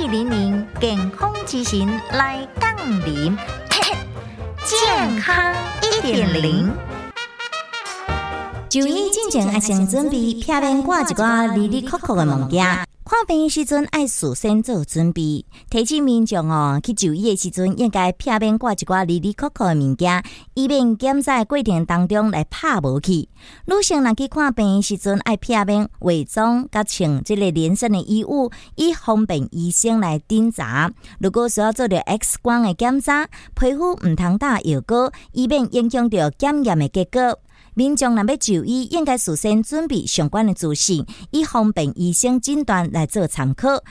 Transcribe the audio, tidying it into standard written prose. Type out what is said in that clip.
400健康之行来降临，健康1.0。 就医进前要先准备，避免挂一寡哩哩扣扣的物件。看病的时阵要事先做准备，提醒民众去就医的时阵应该避免挂一寡哩哩扣扣的物件，以免检查过程当中来拍无去。女性若去看病的时阵，要避免伪装甲穿这个连身的衣物，以方便医生来检查。如果需要做着 X 光的检查，皮肤唔通打药膏，以免影响到检验的结果。民众若要就医，应该事先准备相关的资讯，以方便医生诊断来做参考。